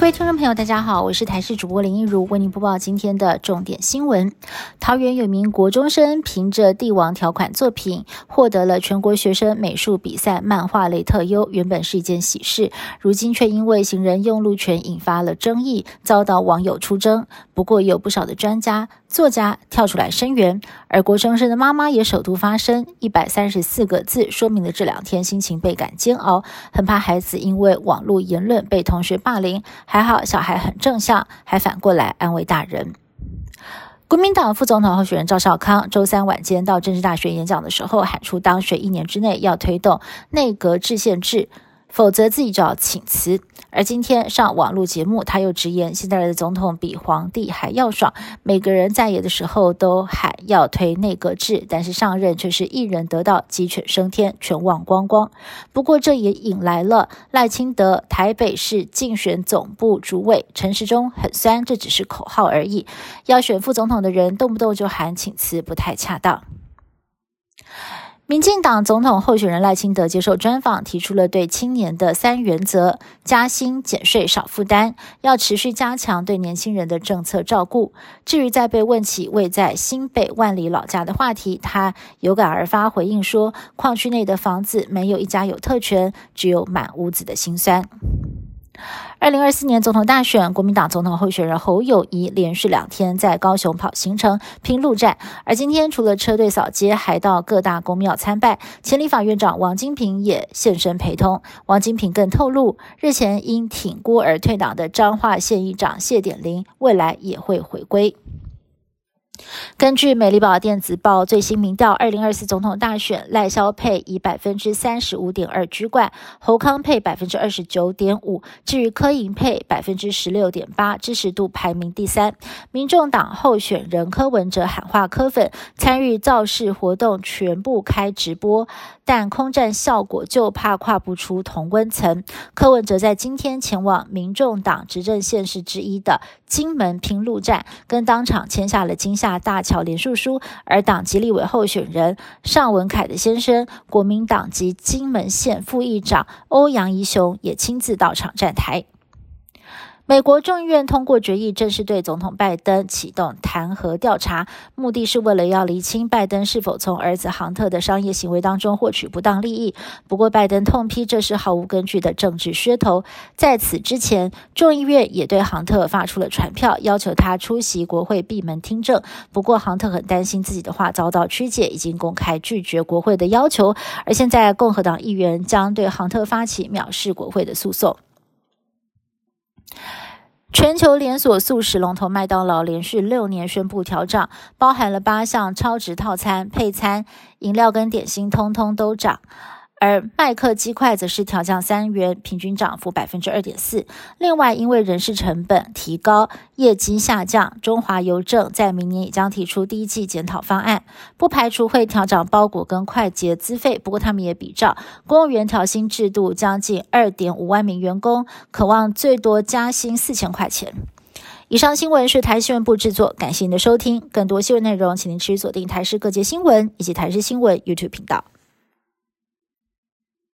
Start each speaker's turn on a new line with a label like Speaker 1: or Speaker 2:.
Speaker 1: 各位听众朋友大家好，我是台视主播林一如，为您播报今天的重点新闻。桃园有名国中生凭着帝王条款作品获得了全国学生美术比赛漫画类特优，原本是一件喜事，如今却因为行人用路权引发了争议，遭到网友出征。不过也有不少的专家作家跳出来声援，而国中生的妈妈也首度发声，134个字说明了这2天心情倍感煎熬，很怕孩子因为网络言论被同学霸凌，还好小孩很正向，还反过来安慰大人。国民党副总统候选人赵少康周三晚间到政治大学演讲的时候，喊出当选1年之内要推动内阁制宪制，否则自己就要请辞。而今天上网络节目，他又直言现在的总统比皇帝还要爽，每个人在野的时候都喊要推内阁制，但是上任却是一人得道鸡犬升天，全忘光光。不过这也引来了赖清德台北市竞选总部主委陈时中很酸，这只是口号而已，要选副总统的人动不动就喊请辞，不太恰当。民进党总统候选人赖清德接受专访，提出了对青年的3原则：加薪、减税、少负担，要持续加强对年轻人的政策照顾。至于在被问起位在新北万里老家的话题，他有感而发回应说，矿区内的房子没有一家有特权，只有满屋子的辛酸。2024年总统大选，国民党总统候选人侯友宜连续2天在高雄跑行程拼陆战，而今天除了车队扫街，还到各大公庙参拜。前立法院长王金平也现身陪同。王金平更透露，日前因挺郭而退党的彰化县议长谢典林，未来也会回归。根据美丽岛电子报最新民调，2024总统大选，赖萧配以 35.2% 居冠，侯康配 29.5%， 至于柯银配 16.8%， 支持度排名第3。民众党候选人柯文哲喊话柯粉，参与造势活动全部开直播，但空战效果就怕跨不出同温层。柯文哲在今天前往民众党执政县市之一的金门拼陆战，跟当场签下了金厦大桥联署书，而党籍立委候选人尚文凯的先生国民党籍金门县副议长欧阳宜雄也亲自到场站台。美国众议院通过决议，正式对总统拜登启动弹劾调查，目的是为了要厘清拜登是否从儿子杭特的商业行为当中获取不当利益。不过拜登痛批这是毫无根据的政治噱头。在此之前，众议院也对杭特发出了传票，要求他出席国会闭门听证。不过杭特很担心自己的话遭到曲解，已经公开拒绝国会的要求。而现在共和党议员将对杭特发起藐视国会的诉讼。全球连锁速食龙头麦当劳连续6年宣布调涨，包含了8项超值套餐、配餐、饮料跟点心通通都涨。而麦克鸡块则是调降3元，平均涨幅 2.4%。 另外因为人事成本提高，业绩下降，中华邮政在明年也将提出第1季检讨方案，不排除会调涨包裹跟快捷资费。不过他们也比照公务员调薪制度，将近 2.5万名员工渴望最多加薪4000块钱。以上新闻是台新闻部制作，感谢您的收听。更多新闻内容请您持续锁定台视各界新闻以及台视新闻 YouTube 频道。